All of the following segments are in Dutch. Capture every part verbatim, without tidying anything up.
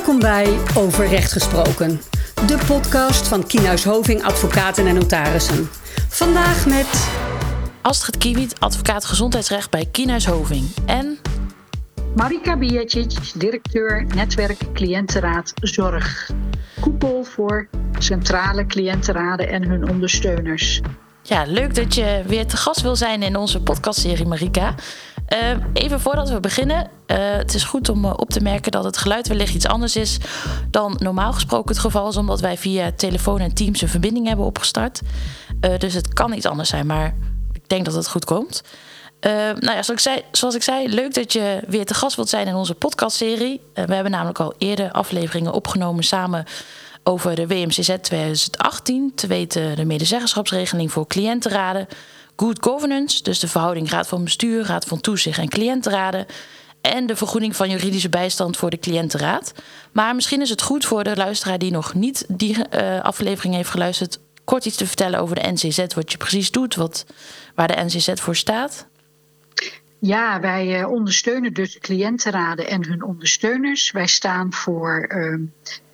Welkom bij Over Recht Gesproken, de podcast van Kienhuis Hoving Advocaten en Notarissen. Vandaag met Astrid Kiewiet, advocaat gezondheidsrecht bij Kienhuis Hoving. En Marika Bijacic, directeur Netwerk Cliëntenraad Zorg. Koepel voor centrale cliëntenraden en hun ondersteuners. Ja, leuk dat je weer te gast wil zijn in onze podcastserie, Marika. Uh, even voordat we beginnen, uh, het is goed om uh, op te merken dat het geluid wellicht iets anders is dan normaal gesproken het geval is, omdat wij via telefoon en Teams een verbinding hebben opgestart. Uh, dus het kan iets anders zijn, maar ik denk dat het goed komt. Uh, nou ja, zoals ik, zei, zoals ik zei, leuk dat je weer te gast wilt zijn in onze podcastserie. Uh, we hebben namelijk al eerder afleveringen opgenomen samen over de W M C Z twintig achttien, te weten de medezeggenschapsregeling voor cliëntenraden, good governance, dus de verhouding raad van bestuur, raad van toezicht en cliëntenraden, en de vergoeding van juridische bijstand voor de cliëntenraad. Maar misschien is het goed voor de luisteraar die nog niet die uh, aflevering heeft geluisterd, kort iets te vertellen over de N C Z, wat je precies doet, wat, waar de N C Z voor staat. Ja, wij uh, ondersteunen dus cliëntenraden en hun ondersteuners. Wij staan voor Um,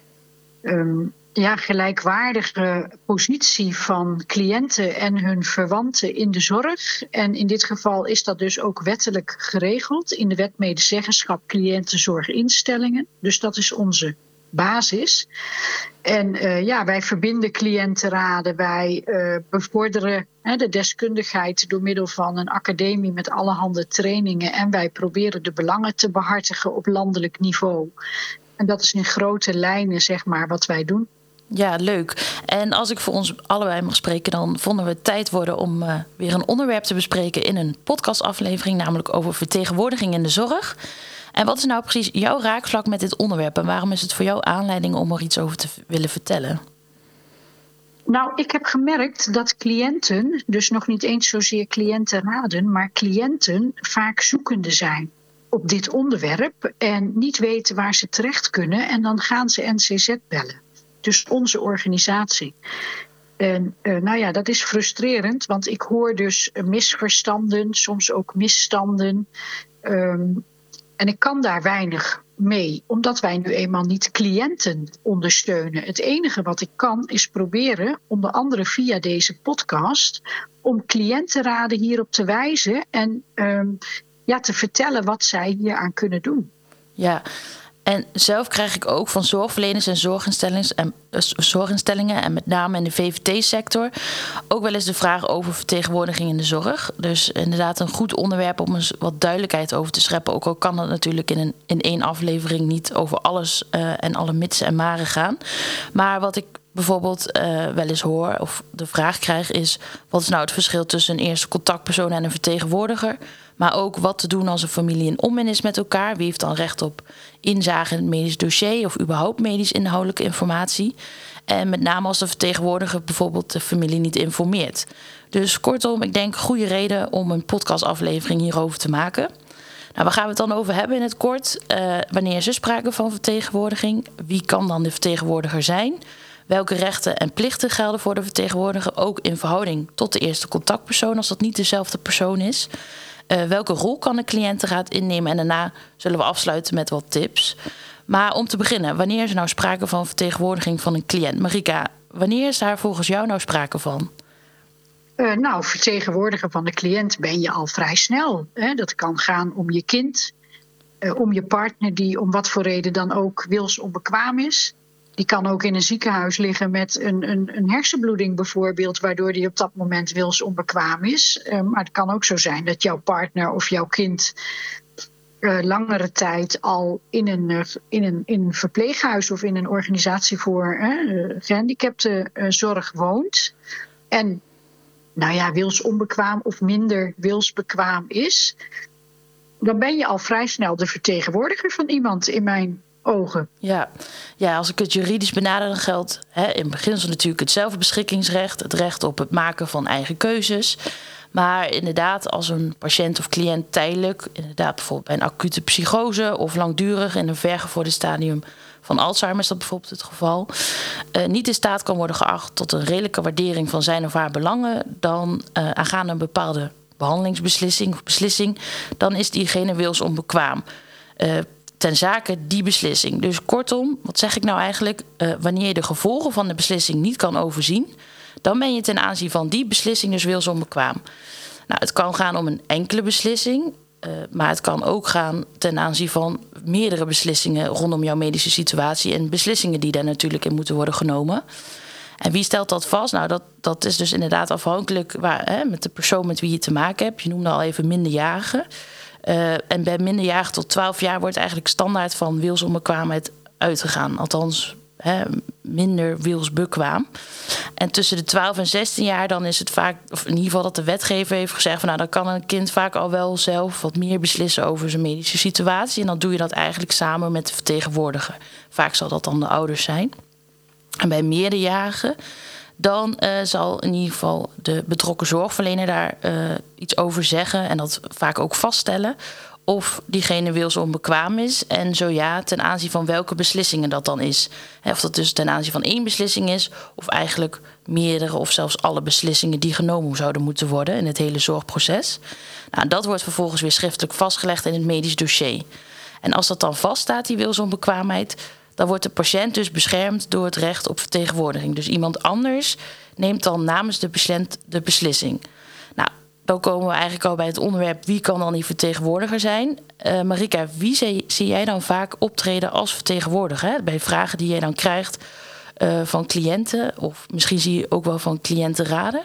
um, ja, gelijkwaardige positie van cliënten en hun verwanten in de zorg. En in dit geval is dat dus ook wettelijk geregeld in de wet medezeggenschap cliëntenzorginstellingen. Dus dat is onze basis. En uh, ja, wij verbinden cliëntenraden, wij uh, bevorderen hè, de deskundigheid door middel van een academie met allerhande trainingen. En wij proberen de belangen te behartigen op landelijk niveau. En dat is in grote lijnen, zeg maar, wat wij doen. Ja, leuk. En als ik voor ons allebei mag spreken, dan vonden we het tijd worden om uh, weer een onderwerp te bespreken in een podcastaflevering, namelijk over vertegenwoordiging in de zorg. En wat is nou precies jouw raakvlak met dit onderwerp en waarom is het voor jou aanleiding om er iets over te v- willen vertellen? Nou, ik heb gemerkt dat cliënten, dus nog niet eens zozeer cliëntenraden, maar cliënten vaak zoekende zijn op dit onderwerp en niet weten waar ze terecht kunnen. En dan gaan ze N C Z bellen. Dus onze organisatie. En uh, nou ja, dat is frustrerend, want ik hoor dus misverstanden, soms ook misstanden. Um, en ik kan daar weinig mee, omdat wij nu eenmaal niet cliënten ondersteunen. Het enige wat ik kan is proberen, onder andere via deze podcast, om cliëntenraden hierop te wijzen en um, ja, te vertellen wat zij hier aan kunnen doen. Ja, en zelf krijg ik ook van zorgverleners en zorginstellingen en, uh, zorginstellingen en met name in de V V T-sector ook wel eens de vraag over vertegenwoordiging in de zorg. Dus inderdaad een goed onderwerp om eens wat duidelijkheid over te scheppen. Ook al kan dat natuurlijk in, een, in één aflevering niet over alles uh, en alle mitsen en maren gaan. Maar wat ik bijvoorbeeld uh, wel eens hoor of de vraag krijg is, wat is nou het verschil tussen een eerste contactpersoon en een vertegenwoordiger? Maar ook wat te doen als een familie in onmin is met elkaar. Wie heeft dan recht op inzage in het medisch dossier of überhaupt medisch inhoudelijke informatie? En met name als de vertegenwoordiger bijvoorbeeld de familie niet informeert. Dus kortom, ik denk goede reden om een podcastaflevering hierover te maken. Nou, waar gaan we het dan over hebben in het kort? Uh, wanneer is er sprake van vertegenwoordiging? Wie kan dan de vertegenwoordiger zijn? Welke rechten en plichten gelden voor de vertegenwoordiger, ook in verhouding tot de eerste contactpersoon, als dat niet dezelfde persoon is? Uh, welke rol kan de cliëntenraad innemen? En daarna zullen we afsluiten met wat tips. Maar om te beginnen, wanneer is er nou sprake van vertegenwoordiging van een cliënt? Marika, wanneer is daar volgens jou nou sprake van? Uh, nou, vertegenwoordiger van de cliënt ben je al vrij snel. Hè? Dat kan gaan om je kind, uh, om je partner die om wat voor reden dan ook wilsonbekwaam is. Die kan ook in een ziekenhuis liggen met een, een, een hersenbloeding bijvoorbeeld, waardoor die op dat moment wilsonbekwaam is. Uh, maar het kan ook zo zijn dat jouw partner of jouw kind uh, langere tijd al in een, uh, in, een, in een verpleeghuis of in een organisatie voor uh, gehandicaptenzorg woont. En nou ja, wilsonbekwaam of minder wilsbekwaam is. Dan ben je al vrij snel de vertegenwoordiger van iemand in mijn ogen. Ja, ja, als ik het juridisch benader, dan geldt hè, in beginsel natuurlijk het zelfbeschikkingsrecht, het recht op het maken van eigen keuzes. Maar inderdaad, als een patiënt of cliënt tijdelijk, inderdaad bijvoorbeeld bij een acute psychose of langdurig in een vergevorderd stadium van Alzheimer is dat bijvoorbeeld het geval, uh, niet in staat kan worden geacht tot een redelijke waardering van zijn of haar belangen, dan uh, aangaande een bepaalde behandelingsbeslissing of beslissing, dan is diegene wilsonbekwaam. Uh, ten zake die beslissing. Dus kortom, wat zeg ik nou eigenlijk? Uh, wanneer je de gevolgen van de beslissing niet kan overzien, dan ben je ten aanzien van die beslissing dus wilsonbekwaam. Nou, het kan gaan om een enkele beslissing, uh, maar het kan ook gaan ten aanzien van meerdere beslissingen rondom jouw medische situatie en beslissingen die daar natuurlijk in moeten worden genomen. En wie stelt dat vast? Nou, dat, dat is dus inderdaad afhankelijk waar, hè, met de persoon met wie je te maken hebt. Je noemde al even minderjarigen. Uh, en bij minderjarigen tot twaalf jaar wordt eigenlijk standaard van wilsonbekwaamheid uitgegaan. Althans, hè, minder wilsbekwaam. En tussen de twaalf en zestien jaar dan is het vaak, of in ieder geval dat de wetgever heeft gezegd van nou, dan kan een kind vaak al wel zelf wat meer beslissen over zijn medische situatie. En dan doe je dat eigenlijk samen met de vertegenwoordiger. Vaak zal dat dan de ouders zijn. En bij meerderjarigen, dan uh, zal in ieder geval de betrokken zorgverlener daar uh, iets over zeggen en dat vaak ook vaststellen of diegene wilsonbekwaam is en zo ja, ten aanzien van welke beslissingen dat dan is. He, of dat dus ten aanzien van één beslissing is of eigenlijk meerdere of zelfs alle beslissingen die genomen zouden moeten worden in het hele zorgproces. Nou, dat wordt vervolgens weer schriftelijk vastgelegd in het medisch dossier. En als dat dan vaststaat, die wilsonbekwaamheid, dan wordt de patiënt dus beschermd door het recht op vertegenwoordiging. Dus iemand anders neemt dan namens de patiënt de beslissing. Nou, dan komen we eigenlijk al bij het onderwerp wie kan dan die vertegenwoordiger zijn. Uh, Marika, wie zie, zie jij dan vaak optreden als vertegenwoordiger? Hè? Bij vragen die jij dan krijgt uh, van cliënten of misschien zie je ook wel van cliëntenraden?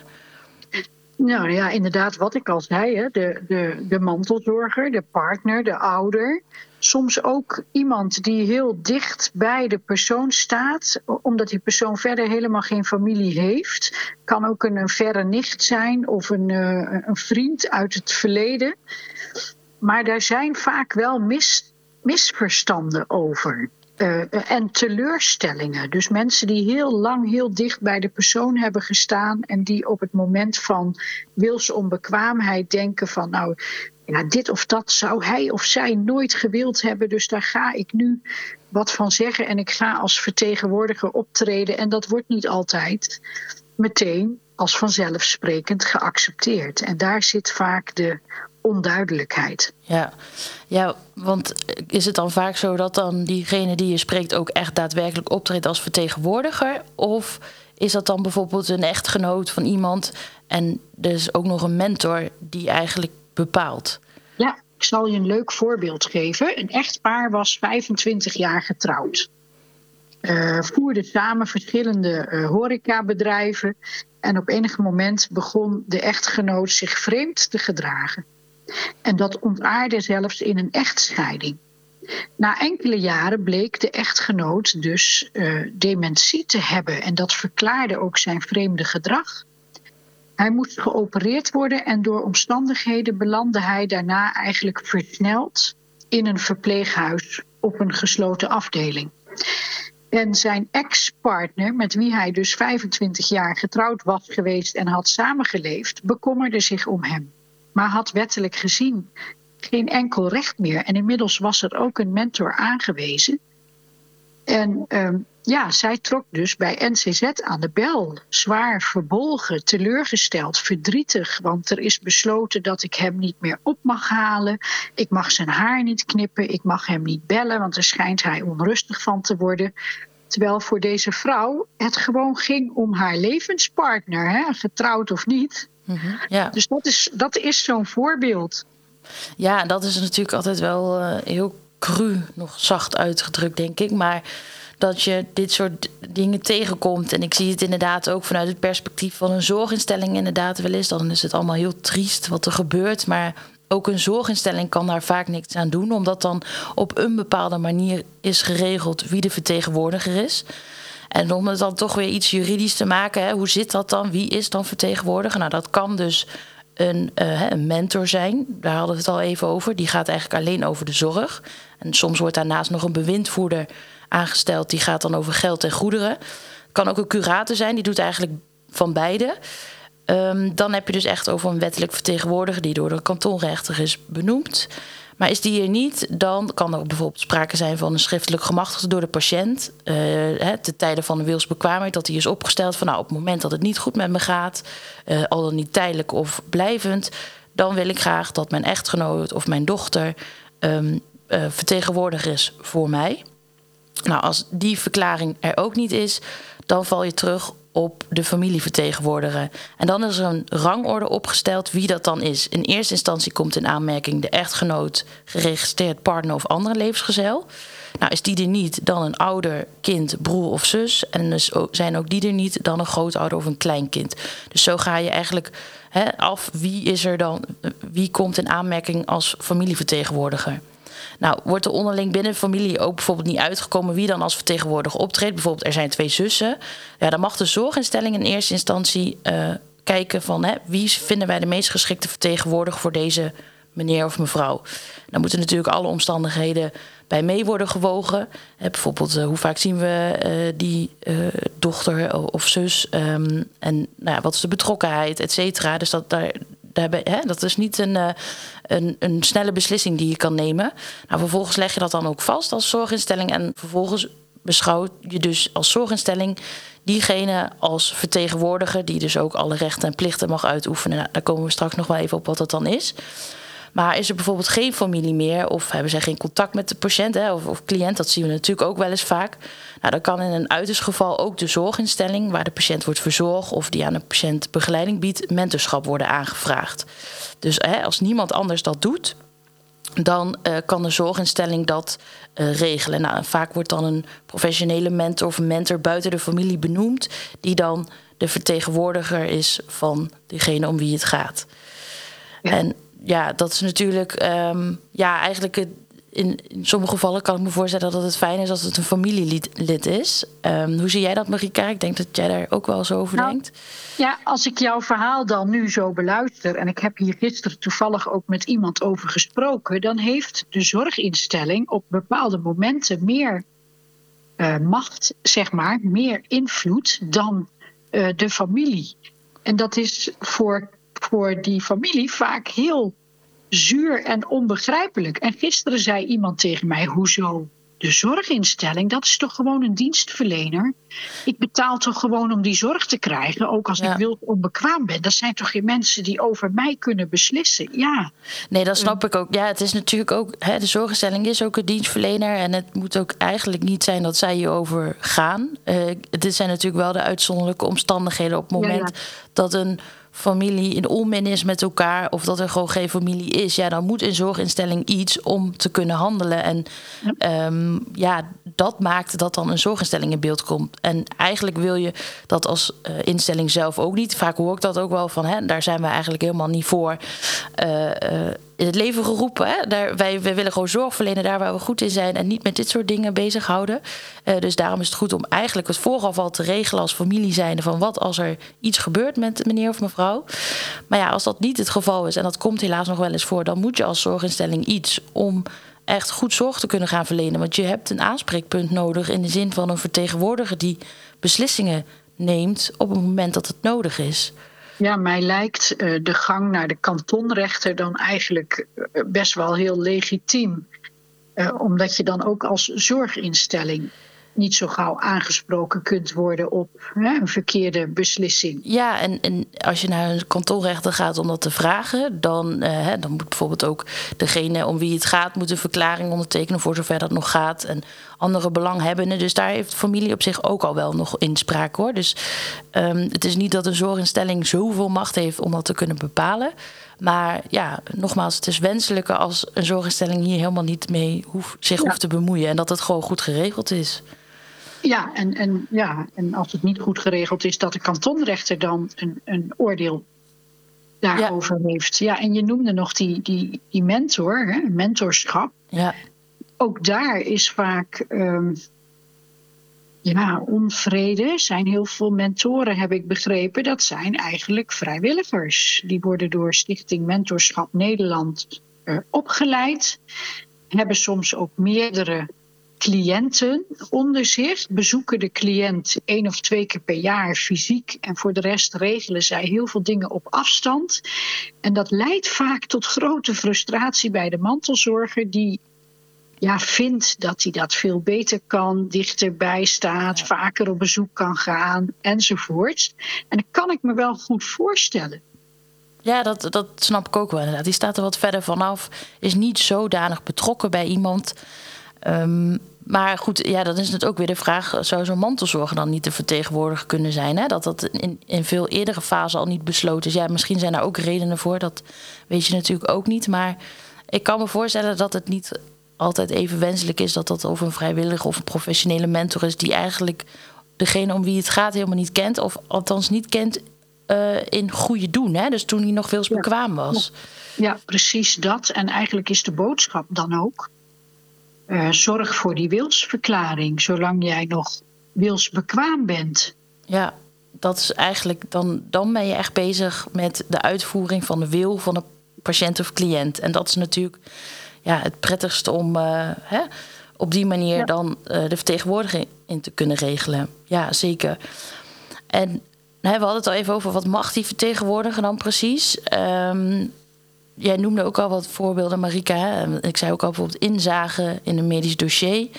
Nou ja, inderdaad wat ik al zei, hè, de, de, de mantelzorger, de partner, de ouder. Soms ook iemand die heel dicht bij de persoon staat, omdat die persoon verder helemaal geen familie heeft. Kan ook een, een verre nicht zijn of een, uh, een vriend uit het verleden. Maar daar zijn vaak wel mis, misverstanden over. Uh, en teleurstellingen. Dus mensen die heel lang heel dicht bij de persoon hebben gestaan en die op het moment van wilsonbekwaamheid denken van nou, ja, dit of dat zou hij of zij nooit gewild hebben, dus daar ga ik nu wat van zeggen en ik ga als vertegenwoordiger optreden en dat wordt niet altijd meteen als vanzelfsprekend geaccepteerd. En daar zit vaak de onduidelijkheid. Ja. ja, want is het dan vaak zo dat dan diegene die je spreekt ook echt daadwerkelijk optreedt als vertegenwoordiger? Of is dat dan bijvoorbeeld een echtgenoot van iemand en dus ook nog een mentor die eigenlijk bepaalt? Ja, ik zal je een leuk voorbeeld geven. Een echtpaar was vijfentwintig jaar getrouwd. Uh, voerde samen verschillende uh, horecabedrijven en op enig moment begon de echtgenoot zich vreemd te gedragen. En dat ontaarde zelfs in een echtscheiding. Na enkele jaren bleek de echtgenoot dus uh, dementie te hebben. En dat verklaarde ook zijn vreemde gedrag. Hij moest geopereerd worden en door omstandigheden belandde hij daarna eigenlijk versneld in een verpleeghuis op een gesloten afdeling. En zijn ex-partner, met wie hij dus vijfentwintig jaar getrouwd was geweest en had samengeleefd, bekommerde zich om hem. Maar had wettelijk gezien geen enkel recht meer. En inmiddels was er ook een mentor aangewezen. En um, ja, zij trok dus bij N C Z aan de bel. Zwaar verbolgen, teleurgesteld, verdrietig. Want er is besloten dat ik hem niet meer op mag halen. Ik mag zijn haar niet knippen. Ik mag hem niet bellen, want daar schijnt hij onrustig van te worden. Terwijl voor deze vrouw het gewoon ging om haar levenspartner, hè, getrouwd of niet. Mm-hmm, ja. Dus dat is, dat is zo'n voorbeeld. Ja, dat is natuurlijk altijd wel uh, heel cru, nog zacht uitgedrukt, denk ik. Maar dat je dit soort dingen tegenkomt. En ik zie het inderdaad ook vanuit het perspectief van een zorginstelling inderdaad wel eens. Dan is het allemaal heel triest wat er gebeurt. Maar ook een zorginstelling kan daar vaak niks aan doen. Omdat dan op een bepaalde manier is geregeld wie de vertegenwoordiger is. En om het dan toch weer iets juridisch te maken, hè, hoe zit dat dan? Wie is dan vertegenwoordiger? Nou, dat kan dus een, uh, een mentor zijn. Daar hadden we het al even over. Die gaat eigenlijk alleen over de zorg. En soms wordt daarnaast nog een bewindvoerder aangesteld. Die gaat dan over geld en goederen. Het kan ook een curator zijn. Die doet eigenlijk van beide. Um, dan heb je dus echt over een wettelijk vertegenwoordiger die door de kantonrechter is benoemd. Maar is die er niet, dan kan er bijvoorbeeld sprake zijn van een schriftelijk gemachtigde door de patiënt. Uh, hè, ten tijde van de wilsbekwaamheid, dat die is opgesteld van nou, op het moment dat het niet goed met me gaat, uh, al dan niet tijdelijk of blijvend, dan wil ik graag dat mijn echtgenoot of mijn dochter um, uh, vertegenwoordiger is voor mij. Nou, als die verklaring er ook niet is, dan val je terug op de familievertegenwoordiger. En dan is er een rangorde opgesteld wie dat dan is. In eerste instantie komt in aanmerking de echtgenoot, geregistreerd partner of andere levensgezel. Nou, is die er niet, dan een ouder, kind, broer of zus. En dus zijn ook die er niet, dan een grootouder of een kleinkind. Dus zo ga je eigenlijk he, af wie is er dan, wie komt in aanmerking als familievertegenwoordiger. Nou, wordt er onderling binnen de familie ook bijvoorbeeld niet uitgekomen wie dan als vertegenwoordiger optreedt. Bijvoorbeeld, er zijn twee zussen. Ja, dan mag de zorginstelling in eerste instantie uh, kijken van hè, wie vinden wij de meest geschikte vertegenwoordiger voor deze meneer of mevrouw. Dan moeten natuurlijk alle omstandigheden bij mee worden gewogen. Hè, bijvoorbeeld, uh, hoe vaak zien we uh, die uh, dochter of zus? Um, en nou ja, wat is de betrokkenheid, et cetera. Dus dat daar. Hè, dat is niet een, een, een snelle beslissing die je kan nemen. Nou, vervolgens leg je dat dan ook vast als zorginstelling. En vervolgens beschouw je dus als zorginstelling diegene als vertegenwoordiger, die dus ook alle rechten en plichten mag uitoefenen. Nou, daar komen we straks nog wel even op wat dat dan is. Maar is er bijvoorbeeld geen familie meer, of hebben zij geen contact met de patiënt hè, of, of cliënt, dat zien we natuurlijk ook wel eens vaak. Nou, dan kan in een uiterst geval ook de zorginstelling waar de patiënt wordt verzorgd of die aan de patiënt begeleiding biedt, mentorschap worden aangevraagd. Dus hè, als niemand anders dat doet, dan uh, kan de zorginstelling dat uh, regelen. Nou, vaak wordt dan een professionele mentor of een mentor buiten de familie benoemd, die dan de vertegenwoordiger is van degene om wie het gaat. Ja. En ja, dat is natuurlijk um, ja, eigenlijk in, in sommige gevallen kan ik me voorstellen dat het fijn is als het een familielid is. Um, hoe zie jij dat, Marieke? Ik denk dat jij daar ook wel zo over nou, denkt. Ja, als ik jouw verhaal dan nu zo beluister, en ik heb hier gisteren toevallig ook met iemand over gesproken, dan heeft de zorginstelling op bepaalde momenten meer uh, macht, zeg maar, meer invloed dan uh, de familie. En dat is voor voor die familie vaak heel zuur en onbegrijpelijk. En gisteren zei iemand tegen mij, hoezo de zorginstelling? Dat is toch gewoon een dienstverlener? Ik betaal toch gewoon om die zorg te krijgen, ook als ja. ik wil onbekwaam ben. Dat zijn toch geen mensen die over mij kunnen beslissen? Ja. Nee, dat snap uh, ik ook. Ja, het is natuurlijk ook, hè, de zorginstelling is ook een dienstverlener en het moet ook eigenlijk niet zijn dat zij hierover gaan. Uh, dit zijn natuurlijk wel de uitzonderlijke omstandigheden op het moment ja, ja. dat een familie in onmin is met elkaar, of dat er gewoon geen familie is, ja, dan moet een zorginstelling iets om te kunnen handelen. En ja, um, ja dat maakt dat dan een zorginstelling in beeld komt. En eigenlijk wil je dat als uh, instelling zelf ook niet. Vaak hoor ik dat ook wel van, hè, daar zijn we eigenlijk helemaal niet voor uh, uh, in het leven geroepen. Hè? Daar, wij, wij willen gewoon zorg verlenen daar waar we goed in zijn en niet met dit soort dingen bezighouden. Uh, dus daarom is het goed om eigenlijk het vooraf al te regelen als familie zijnde van wat als er iets gebeurt met meneer of mevrouw. Maar ja, als dat niet het geval is, en dat komt helaas nog wel eens voor, dan moet je als zorginstelling iets om echt goed zorg te kunnen gaan verlenen. Want je hebt een aanspreekpunt nodig in de zin van een vertegenwoordiger die beslissingen neemt op het moment dat het nodig is. Ja, mij lijkt uh, de gang naar de kantonrechter dan eigenlijk uh, best wel heel legitiem. Uh, omdat je dan ook als zorginstelling niet zo gauw aangesproken kunt worden op hè, een verkeerde beslissing. Ja, en, en als je naar een kantonrechter gaat om dat te vragen, dan, uh, dan moet bijvoorbeeld ook degene om wie het gaat moet een verklaring ondertekenen voor zover dat nog gaat. En andere belanghebbenden. Dus daar heeft de familie op zich ook al wel nog inspraak, hoor. Dus um, het is niet dat een zorginstelling zoveel macht heeft om dat te kunnen bepalen. Maar ja, nogmaals, het is wenselijker als een zorginstelling hier helemaal niet mee hoeft, zich ja. hoeft te bemoeien. En dat het gewoon goed geregeld is. Ja, en, en, ja, en als het niet goed geregeld is, dat de kantonrechter dan een, een oordeel daarover ja. heeft. Ja, en je noemde nog die, die, die mentor, hè, mentorschap. Ja. Ook daar is vaak um, ja, onvrede. Er zijn heel veel mentoren, heb ik begrepen. Dat zijn eigenlijk vrijwilligers. Die worden door Stichting Mentorschap Nederland uh, opgeleid. Hebben soms ook meerdere cliënten onder zich. Bezoeken de cliënt één of twee keer per jaar fysiek. En voor de rest regelen zij heel veel dingen op afstand. En dat leidt vaak tot grote frustratie bij de mantelzorger, die ja, vindt dat hij dat veel beter kan, dichterbij staat, ja. vaker op bezoek kan gaan, enzovoorts. En dat kan ik me wel goed voorstellen. Ja, dat, dat snap ik ook wel inderdaad. Die staat er wat verder vanaf. Is niet zodanig betrokken bij iemand. Um, maar goed, ja, dan is het ook weer de vraag... zou zo'n mantelzorger dan niet de vertegenwoordiger kunnen zijn? Hè? Dat dat in, in veel eerdere fase al niet besloten is. Ja, misschien zijn daar ook redenen voor. Dat weet je natuurlijk ook niet. Maar ik kan me voorstellen dat het niet altijd even wenselijk is... dat dat over een vrijwillige of een professionele mentor is... die eigenlijk degene om wie het gaat helemaal niet kent... of althans niet kent uh, in goede doen. Hè? Dus toen hij nog veel bekwaam was. Ja, precies dat. En eigenlijk is de boodschap dan ook... Uh, zorg voor die wilsverklaring, zolang jij nog wilsbekwaam bent. Ja, dat is eigenlijk dan, dan ben je echt bezig met de uitvoering van de wil van de patiënt of cliënt. En dat is natuurlijk ja, het prettigste om uh, hè, op die manier ja. dan uh, de vertegenwoordiging in te kunnen regelen. Ja, zeker. En hè, we hadden het al even over wat mag die vertegenwoordiger dan precies. Um, Jij noemde ook al wat voorbeelden, Marika. Hè? Ik zei ook al bijvoorbeeld inzage in een medisch dossier.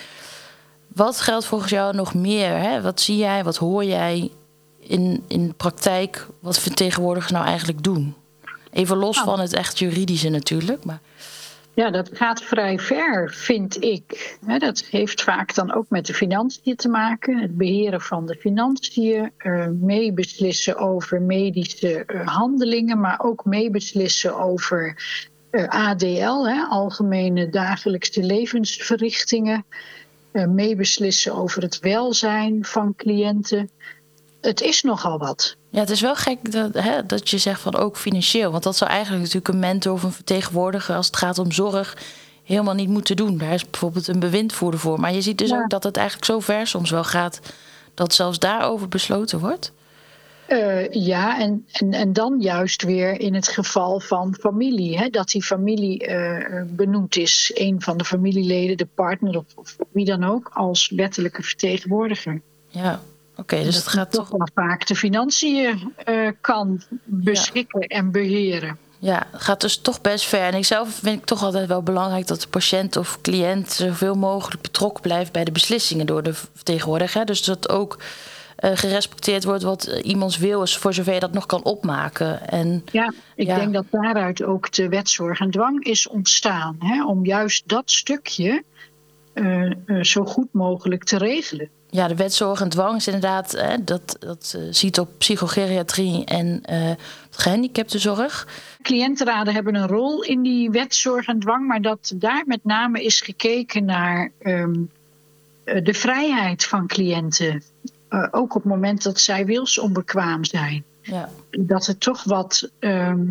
Wat geldt volgens jou nog meer? Hè? Wat zie jij, wat hoor jij in, in de praktijk... wat vertegenwoordigers nou eigenlijk doen? Even los oh. van het echt juridische natuurlijk. Maar... Ja, dat gaat vrij ver, vind ik. Dat heeft vaak dan ook met de financiën te maken. Het beheren van de financiën. Meebeslissen over medische handelingen. Maar ook meebeslissen over A D L. Algemene dagelijkse levensverrichtingen. Meebeslissen over het welzijn van cliënten. Het is nogal wat. Ja, het is wel gek dat, hè, dat je zegt van ook financieel. Want dat zou eigenlijk natuurlijk een mentor of een vertegenwoordiger... als het gaat om zorg, helemaal niet moeten doen. Daar is bijvoorbeeld een bewindvoerder voor. Maar je ziet dus ja. ook dat het eigenlijk zo ver soms wel gaat... dat zelfs daarover besloten wordt. Uh, ja, en, en, en dan juist weer in het geval van familie. Hè, dat die familie uh, benoemd is, een van de familieleden, de partner of, of wie dan ook... als wettelijke vertegenwoordiger. Ja. Oké, okay, dus het gaat toch wel vaak de financiën uh, kan beschikken ja. en beheren. Ja, het gaat dus toch best ver. En ik zelf vind ik toch altijd wel belangrijk dat de patiënt of cliënt zoveel mogelijk betrokken blijft bij de beslissingen door de vertegenwoordiger. Dus dat ook uh, gerespecteerd wordt wat iemands wil is, voor zover je dat nog kan opmaken. En, ja, ik ja. denk dat daaruit ook de wet zorg en dwang is ontstaan. Hè, om juist dat stukje uh, uh, zo goed mogelijk te regelen. Ja, de wet zorg en dwang is inderdaad, hè, dat, dat uh, ziet op psychogeriatrie en uh, gehandicaptenzorg. Cliëntenraden hebben een rol in die wet zorg en dwang, maar dat daar met name is gekeken naar um, de vrijheid van cliënten. Uh, ook op het moment dat zij wilsonbekwaam zijn. Ja. Dat er toch wat um,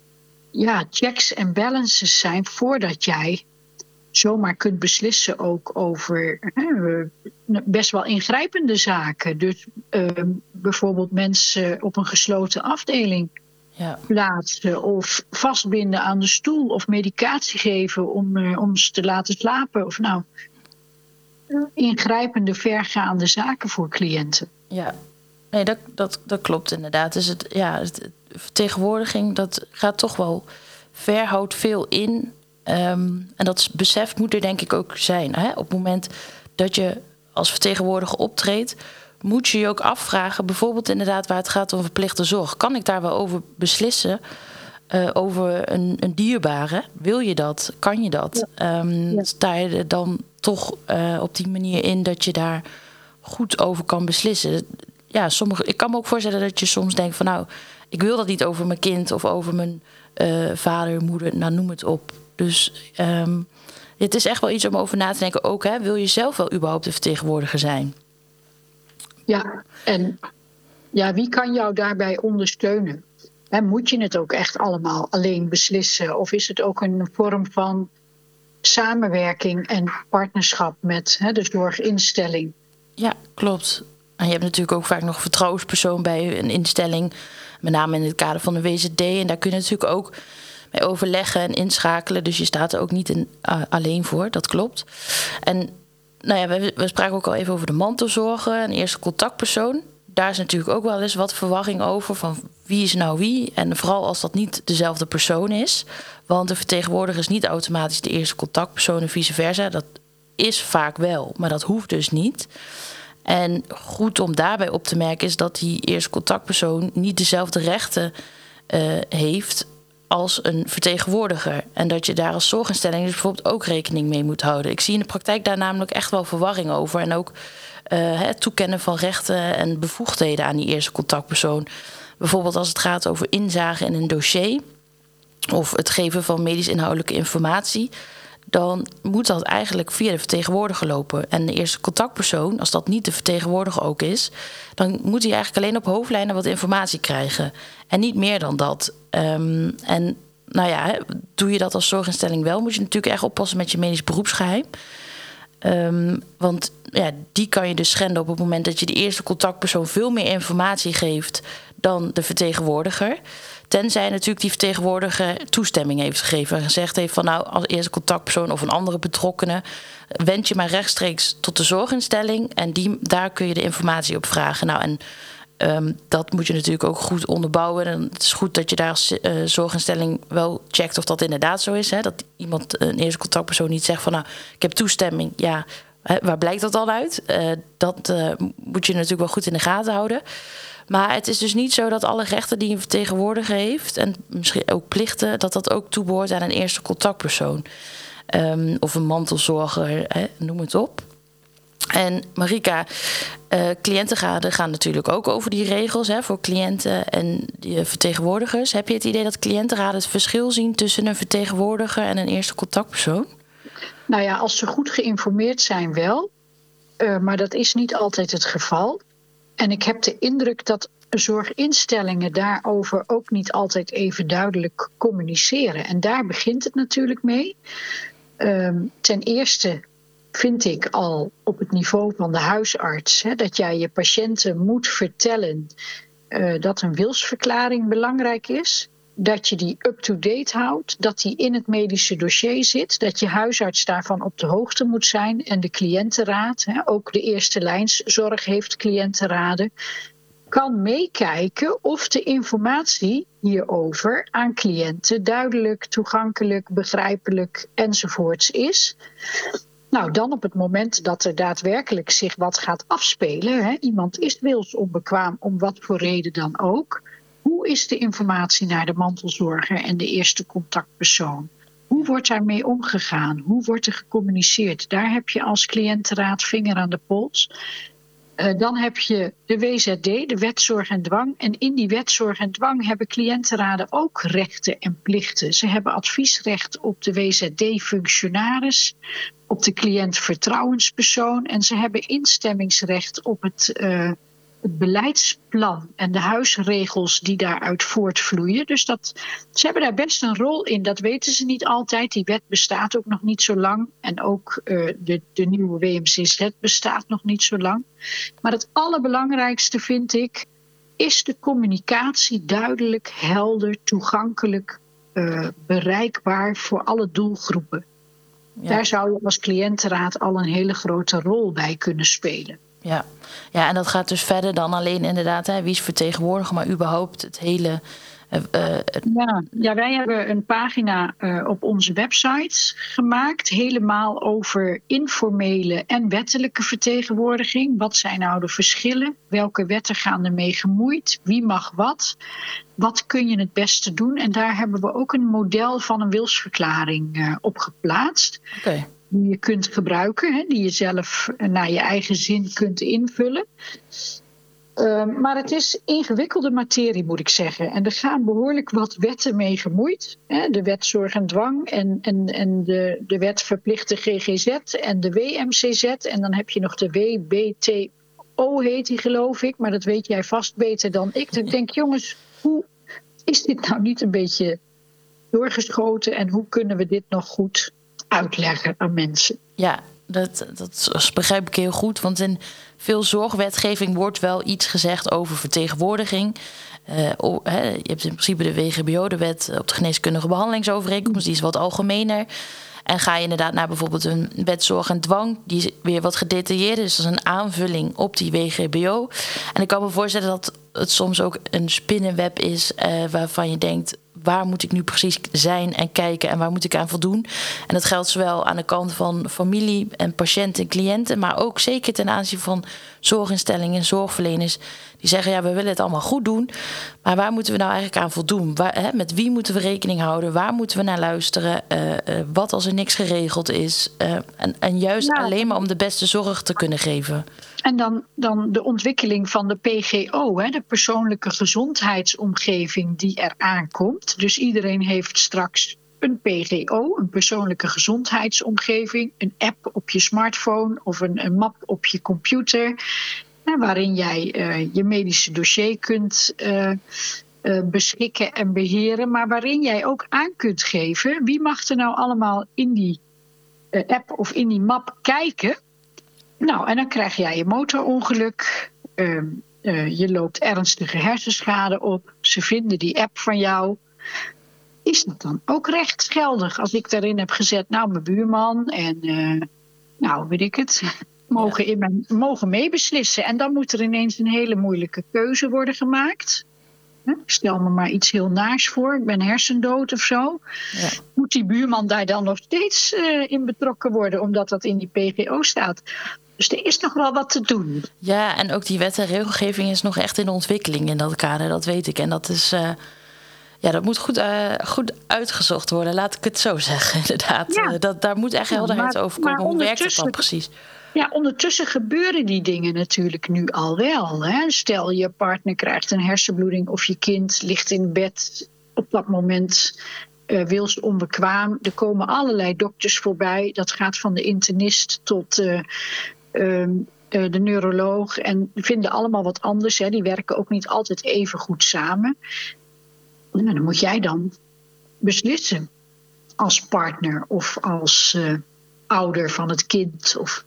ja, checks en balances zijn voordat jij zomaar kunt beslissen ook over hè, best wel ingrijpende zaken. Dus uh, bijvoorbeeld mensen op een gesloten afdeling ja. plaatsen of vastbinden aan de stoel of medicatie geven om, uh, om ze te laten slapen. Of nou, ingrijpende, vergaande zaken voor cliënten. Ja, nee, dat, dat, dat klopt inderdaad. Dus het, ja, het, vertegenwoordiging, dat gaat toch wel ver, houdt veel in. Um, en dat besef moet er denk ik ook zijn. Hè? Op het moment dat je als vertegenwoordiger optreedt, moet je je ook afvragen, bijvoorbeeld inderdaad waar het gaat om verplichte zorg. Kan ik daar wel over beslissen? Uh, over een, een dierbare? Wil je dat? Kan je dat? Ja. Um, ja. Sta je er dan toch uh, op die manier in dat je daar goed over kan beslissen? Ja, sommige, ik kan me ook voorstellen dat je soms denkt van nou, ik wil dat niet over mijn kind of over mijn uh, vader, moeder, nou noem het op. Dus um, het is echt wel iets om over na te denken. Ook, hè, wil je zelf wel überhaupt de vertegenwoordiger zijn? Ja, en ja, wie kan jou daarbij ondersteunen? En moet je het ook echt allemaal alleen beslissen? Of is het ook een vorm van samenwerking en partnerschap met hè, de zorginstelling? Ja, klopt. En je hebt natuurlijk ook vaak nog een vertrouwenspersoon bij een instelling. Met name in het kader van de W Z D. En daar kun je natuurlijk ook mee overleggen en inschakelen. Dus je staat er ook niet in, uh, alleen voor, dat klopt. En nou ja, we, we spraken ook al even over de mantelzorger, een eerste contactpersoon. Daar is natuurlijk ook wel eens wat verwarring over van wie is nou wie. En vooral als dat niet dezelfde persoon is. Want de vertegenwoordiger is niet automatisch de eerste contactpersoon en vice versa. Dat is vaak wel, maar dat hoeft dus niet. En goed om daarbij op te merken is dat die eerste contactpersoon niet dezelfde rechten uh, heeft als een vertegenwoordiger. En dat je daar als zorginstelling dus bijvoorbeeld ook rekening mee moet houden. Ik zie in de praktijk daar namelijk echt wel verwarring over. En ook uh, het toekennen van rechten en bevoegdheden aan die eerste contactpersoon. Bijvoorbeeld als het gaat over inzage in een dossier of het geven van medisch inhoudelijke informatie, dan moet dat eigenlijk via de vertegenwoordiger lopen. En de eerste contactpersoon, als dat niet de vertegenwoordiger ook is, dan moet hij eigenlijk alleen op hoofdlijnen wat informatie krijgen. En niet meer dan dat. Um, en nou ja, doe je dat als zorginstelling wel, moet je natuurlijk erg oppassen met je medisch beroepsgeheim. Um, want ja, die kan je dus schenden op het moment dat je de eerste contactpersoon veel meer informatie geeft dan de vertegenwoordiger. Tenzij natuurlijk die vertegenwoordiger toestemming heeft gegeven en gezegd heeft van nou, als eerste contactpersoon of een andere betrokkenen, wend je maar rechtstreeks tot de zorginstelling en die, daar kun je de informatie op vragen. Nou, en um, dat moet je natuurlijk ook goed onderbouwen. En het is goed dat je daar als uh, zorginstelling wel checkt of dat inderdaad zo is. Hè? Dat iemand, een eerste contactpersoon, niet zegt van nou, ik heb toestemming. Ja, hè, waar blijkt dat dan uit? Uh, dat uh, moet je natuurlijk wel goed in de gaten houden. Maar het is dus niet zo dat alle rechten die een vertegenwoordiger heeft, en misschien ook plichten, dat dat ook toebehoort aan een eerste contactpersoon. Um, of een mantelzorger, hè, noem het op. En Marika, uh, cliëntenraden gaan natuurlijk ook over die regels, hè, voor cliënten en die vertegenwoordigers. Heb je het idee dat cliëntenraden het verschil zien tussen een vertegenwoordiger en een eerste contactpersoon? Nou ja, als ze goed geïnformeerd zijn wel, uh, maar dat is niet altijd het geval. En ik heb de indruk dat zorginstellingen daarover ook niet altijd even duidelijk communiceren. En daar begint het natuurlijk mee. Um, ten eerste vind ik al op het niveau van de huisarts, hè, dat jij je patiënten moet vertellen uh, dat een wilsverklaring belangrijk is. Dat je die up-to-date houdt, dat die in het medische dossier zit, dat je huisarts daarvan op de hoogte moet zijn en de cliëntenraad, hè, ook de eerste lijnszorg heeft cliëntenraden, kan meekijken of de informatie hierover aan cliënten duidelijk, toegankelijk, begrijpelijk enzovoorts is. Nou, dan op het moment dat er daadwerkelijk zich wat gaat afspelen, hè, iemand is wilsonbekwaam om wat voor reden dan ook. Hoe is de informatie naar de mantelzorger en de eerste contactpersoon? Hoe wordt daarmee omgegaan? Hoe wordt er gecommuniceerd? Daar heb je als cliëntenraad vinger aan de pols. Uh, dan heb je de W Z D, de wet zorg en dwang. En in die wet zorg en dwang hebben cliëntenraden ook rechten en plichten. Ze hebben adviesrecht op de W Z D-functionaris, op de cliënt-vertrouwenspersoon. En ze hebben instemmingsrecht op het, uh, het beleidsplan en de huisregels die daaruit voortvloeien. Dus dat, ze hebben daar best een rol in. Dat weten ze niet altijd. Die wet bestaat ook nog niet zo lang. En ook uh, de, de nieuwe W M C Z bestaat nog niet zo lang. Maar het allerbelangrijkste vind ik, is de communicatie duidelijk, helder, toegankelijk, uh, bereikbaar voor alle doelgroepen. Ja. Daar zou je als cliëntenraad al een hele grote rol bij kunnen spelen. Ja, ja, en dat gaat dus verder dan alleen inderdaad, hè, wie is vertegenwoordiger, maar überhaupt het hele. Uh, uh, ja, ja, wij hebben een pagina uh, op onze website gemaakt, helemaal over informele en wettelijke vertegenwoordiging. Wat zijn nou de verschillen? Welke wetten gaan ermee gemoeid? Wie mag wat? Wat kun je het beste doen? En daar hebben we ook een model van een wilsverklaring uh, op geplaatst. Okay. Die je kunt gebruiken, hè, die je zelf naar je eigen zin kunt invullen. Uh, maar het is ingewikkelde materie, moet ik zeggen. En er gaan behoorlijk wat wetten mee gemoeid. Hè? De wet zorg en dwang en, en, en de, de wet verplichte G G Z en de W M C Z. En dan heb je nog de W B T O heet die, geloof ik. Maar dat weet jij vast beter dan ik. Dus ik denk, jongens, hoe is dit nou niet een beetje doorgeschoten? En hoe kunnen we dit nog goed uitleggen aan mensen? Ja, dat, dat begrijp ik heel goed. Want in veel zorgwetgeving wordt wel iets gezegd over vertegenwoordiging. Uh, oh, he, je hebt in principe de W G B O, de wet op de geneeskundige behandelingsovereenkomst. Die is wat algemener. En ga je inderdaad naar bijvoorbeeld een wet zorg en dwang, die is weer wat gedetailleerder. Dus dat is een aanvulling op die W G B O. En ik kan me voorstellen dat het soms ook een spinnenweb is uh, waarvan je denkt, waar moet ik nu precies zijn en kijken en waar moet ik aan voldoen. En dat geldt zowel aan de kant van familie en patiënten en cliënten, maar ook zeker ten aanzien van zorginstellingen en zorgverleners die zeggen, ja, we willen het allemaal goed doen, maar waar moeten we nou eigenlijk aan voldoen? Waar, hè, met wie moeten we rekening houden? Waar moeten we naar luisteren? Uh, uh, wat als er niks geregeld is? Uh, en, en juist ja. alleen maar om de beste zorg te kunnen geven. En dan, dan de ontwikkeling van de P G O, hè, de persoonlijke gezondheidsomgeving die er aankomt. Dus iedereen heeft straks een P G O, een persoonlijke gezondheidsomgeving, een app op je smartphone of een, een map op je computer, hè, waarin jij uh, je medische dossier kunt uh, uh, beschikken en beheren, maar waarin jij ook aan kunt geven wie mag er nou allemaal in die uh, app of in die map kijken. Nou, en dan krijg jij je motorongeluk, uh, uh, je loopt ernstige hersenschade op, ze vinden die app van jou. Is dat dan ook rechtsgeldig als ik daarin heb gezet, nou, mijn buurman en, uh, nou, weet ik het, mogen, in mijn, mogen meebeslissen. En dan moet er ineens een hele moeilijke keuze worden gemaakt. Ik stel me maar iets heel naars voor, ik ben hersendood of zo. Ja. Moet die buurman daar dan nog steeds uh, in betrokken worden, omdat dat in die P G O staat? Dus er is nog wel wat te doen. Ja, en ook die wet en regelgeving is nog echt in ontwikkeling in dat kader, dat weet ik. En dat is, uh, ja, dat moet goed, uh, goed uitgezocht worden, laat ik het zo zeggen, inderdaad. Ja. Uh, dat, daar moet echt helderheid ja, maar, over komen. Hoe werkt het dan precies? Ja, ondertussen gebeuren die dingen natuurlijk nu al wel. Hè? Stel, je partner krijgt een hersenbloeding of je kind ligt in bed op dat moment uh, wilsonbekwaam. Er komen allerlei dokters voorbij. Dat gaat van de internist tot uh, uh, uh, de neuroloog. En vinden allemaal wat anders. Hè? Die werken ook niet altijd even goed samen. Nou, dan moet jij dan beslissen als partner of als uh, ouder van het kind. Of...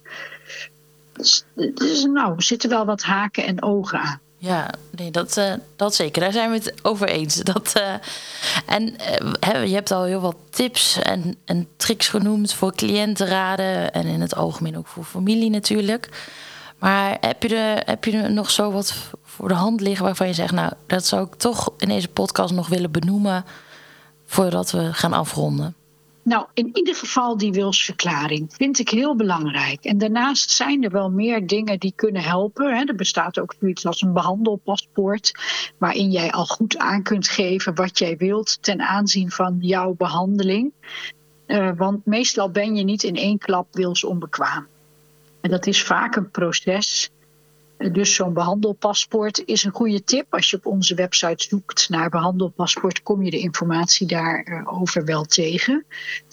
Dus, dus nou, er zitten wel wat haken en ogen aan. Ja, nee, dat, uh, dat zeker. Daar zijn we het over eens. Dat, uh, en uh, je hebt al heel wat tips en, en tricks genoemd voor cliëntenraden en in het algemeen ook voor familie natuurlijk. Maar heb je, er, heb je er nog zo wat voor de hand liggen waarvan je zegt, nou, dat zou ik toch in deze podcast nog willen benoemen voordat we gaan afronden? Nou, in ieder geval die wilsverklaring vind ik heel belangrijk. En daarnaast zijn er wel meer dingen die kunnen helpen. Hè. Er bestaat ook zoiets als een behandelpaspoort, waarin jij al goed aan kunt geven wat jij wilt ten aanzien van jouw behandeling. Uh, want meestal ben je niet in één klap wilsonbekwaam. En dat is vaak een proces. Dus zo'n behandelpaspoort is een goede tip. Als je op onze website zoekt naar behandelpaspoort, kom je de informatie daarover wel tegen.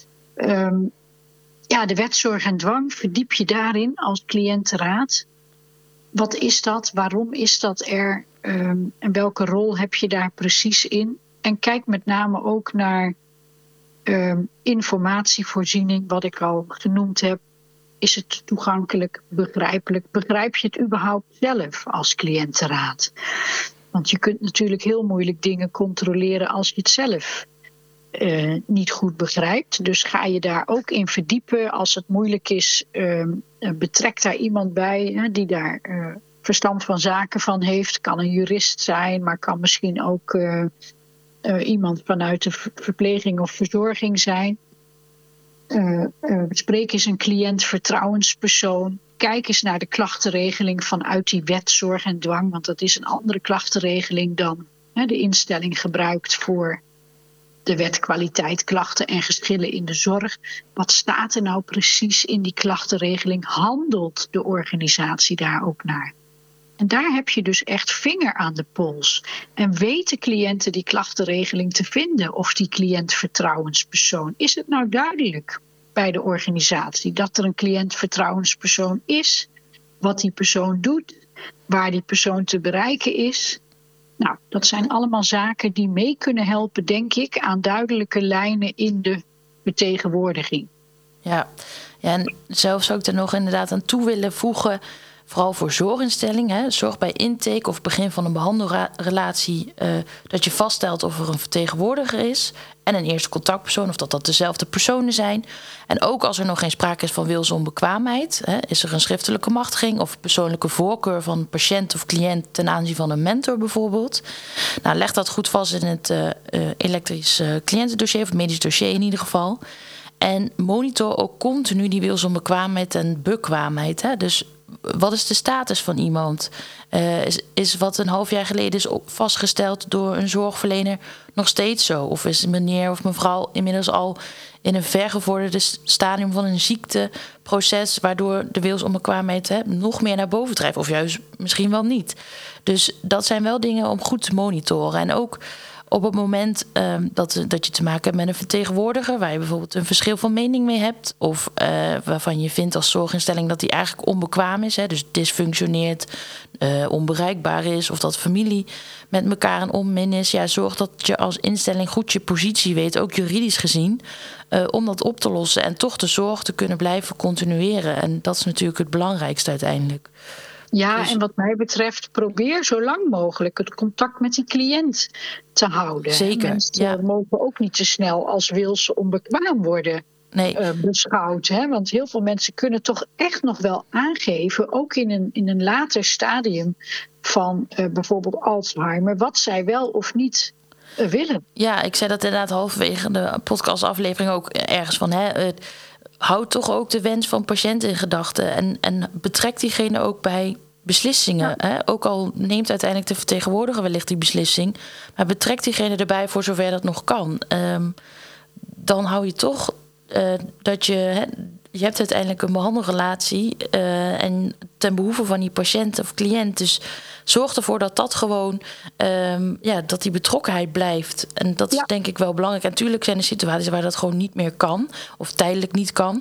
Um, ja, de wet zorg en dwang, verdiep je daarin als cliëntenraad. Wat is dat? Waarom is dat er? Um, en welke rol heb je daar precies in? En kijk met name ook naar um, informatievoorziening, wat ik al genoemd heb. Is het toegankelijk, begrijpelijk? Begrijp je het überhaupt zelf als cliëntenraad? Want je kunt natuurlijk heel moeilijk dingen controleren als je het zelf uh, niet goed begrijpt. Dus ga je daar ook in verdiepen. Als het moeilijk is, uh, betrek daar iemand bij hè, die daar uh, verstand van zaken van heeft. Kan een jurist zijn, maar kan misschien ook uh, uh, iemand vanuit de verpleging of verzorging zijn. Uh, uh, spreek eens een cliënt, vertrouwenspersoon. Kijk eens naar de klachtenregeling vanuit die wet zorg en dwang. Want dat is een andere klachtenregeling dan hè, de instelling gebruikt voor de wet kwaliteit, klachten en geschillen in de zorg. Wat staat er nou precies in die klachtenregeling? Handelt de organisatie daar ook naar? En daar heb je dus echt vinger aan de pols. En weten cliënten die klachtenregeling te vinden of die cliënt vertrouwenspersoon? Is het nou duidelijk bij de organisatie dat er een cliënt vertrouwenspersoon is? Wat die persoon doet? Waar die persoon te bereiken is? Nou, dat zijn allemaal zaken die mee kunnen helpen, denk ik, aan duidelijke lijnen in de vertegenwoordiging. Ja, ja en zelf zou ik er nog inderdaad aan toe willen voegen. vooral voor zorginstellingen, zorg bij intake of begin van een behandelrelatie uh, dat je vaststelt of er een vertegenwoordiger is en een eerste contactpersoon, of dat dat dezelfde personen zijn. En ook als er nog geen sprake is van wilsonbekwaamheid, hè, is er een schriftelijke machtiging of persoonlijke voorkeur van een patiënt of cliënt ten aanzien van een mentor bijvoorbeeld. Nou, leg dat goed vast in het uh, uh, elektrisch uh, cliëntendossier, of het medisch dossier in ieder geval. En monitor ook continu die wilsonbekwaamheid en bekwaamheid. Hè? Dus wat is de status van iemand? Uh, is, is wat een half jaar geleden is vastgesteld door een zorgverlener nog steeds zo? Of is meneer of mevrouw inmiddels al in een vergevorderde stadium van een ziekteproces, waardoor de wilsonbekwaamheid hè, nog meer naar boven drijft? Of juist misschien wel niet. Dus dat zijn wel dingen om goed te monitoren. En ook op het moment um, dat, dat je te maken hebt met een vertegenwoordiger, waar je bijvoorbeeld een verschil van mening mee hebt, of uh, waarvan je vindt als zorginstelling dat die eigenlijk onbekwaam is, hè, dus dysfunctioneert, uh, onbereikbaar is, of dat familie met elkaar een onmin is. Ja, zorg dat je als instelling goed je positie weet, ook juridisch gezien, uh, om dat op te lossen en toch de zorg te kunnen blijven continueren. En dat is natuurlijk het belangrijkste uiteindelijk. Ja, dus, en wat mij betreft, probeer zo lang mogelijk het contact met die cliënt te houden. Zeker, Mensen ja. mogen ook niet te snel als wilsonbekwaam worden nee. uh, beschouwd. Hè? Want heel veel mensen kunnen toch echt nog wel aangeven, ook in een, in een later stadium van uh, bijvoorbeeld Alzheimer, wat zij wel of niet uh, willen. Ja, ik zei dat inderdaad halverwege de podcastaflevering ook ergens van, hè, uh, houd toch ook de wens van patiënt in gedachten en, en betrek diegene ook bij beslissingen. Ja. Hè? Ook al neemt uiteindelijk de vertegenwoordiger wellicht die beslissing, maar betrek diegene erbij voor zover dat nog kan. Um, dan hou je toch uh, dat je, hè, je hebt uiteindelijk een behandelrelatie uh, en ten behoeve van die patiënt of cliënt. Dus zorg ervoor dat dat gewoon, um, ja, dat die betrokkenheid blijft. En dat is ja. denk ik wel belangrijk. En natuurlijk zijn er situaties waar dat gewoon niet meer kan, of tijdelijk niet kan.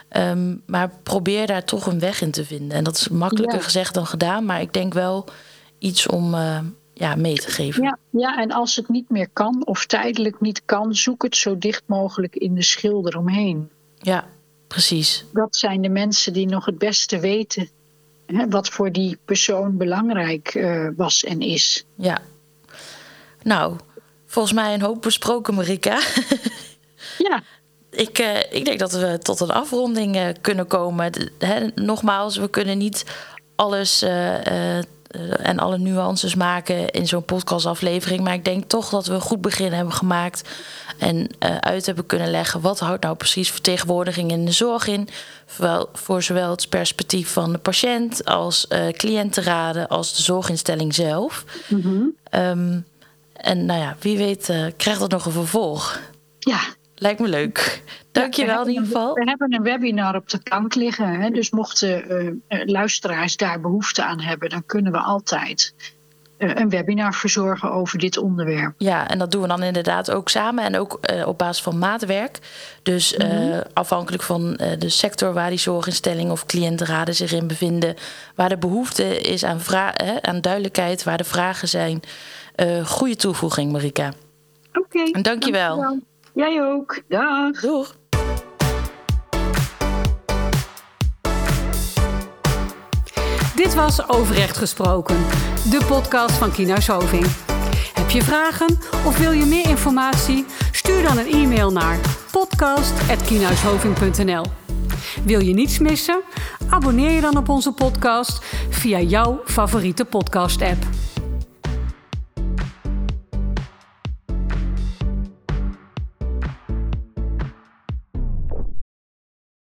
Um, maar probeer daar toch een weg in te vinden. En dat is makkelijker ja. gezegd dan gedaan, maar ik denk wel iets om uh, ja, mee te geven. Ja, ja, en als het niet meer kan of tijdelijk niet kan, zoek het zo dicht mogelijk in de schil eromheen. Ja, precies. Dat zijn de mensen die nog het beste weten hè, wat voor die persoon belangrijk uh, was en is. Ja. Nou, volgens mij een hoop besproken, Marika. Ja. Ik, uh, ik denk dat we tot een afronding uh, kunnen komen. He, nogmaals, we kunnen niet alles uh, uh, en alle nuances maken in zo'n podcastaflevering. Maar ik denk toch dat we een goed begin hebben gemaakt. En uh, uit hebben kunnen leggen wat houdt nou precies vertegenwoordiging in de zorg in. Voor, voor zowel het perspectief van de patiënt als uh, cliëntenraden als de zorginstelling zelf. Mm-hmm. Um, en nou ja, wie weet uh, krijgt dat nog een vervolg. Ja. Lijkt me leuk. Dank je wel in ieder geval. We hebben een webinar op de plank liggen. Hè? Dus mochten uh, luisteraars daar behoefte aan hebben, dan kunnen we altijd uh, een webinar verzorgen over dit onderwerp. Ja, en dat doen we dan inderdaad ook samen en ook uh, op basis van maatwerk. Dus uh, mm-hmm. afhankelijk van uh, de sector waar die zorginstelling of cliëntenraden zich in bevinden, waar de behoefte is aan, vra- hè, aan duidelijkheid, waar de vragen zijn. Uh, goede toevoeging, Marika. Oké. Okay, en dank je wel. Jij ook. Dag. Doeg. Dit was Overrecht Gesproken, de podcast van Kienhuis Hoving. Heb je vragen of wil je meer informatie? Stuur dan een e-mail naar podcast apenstaartje kienhuishoving punt n l. Wil je niets missen? Abonneer je dan op onze podcast via jouw favoriete podcast-app.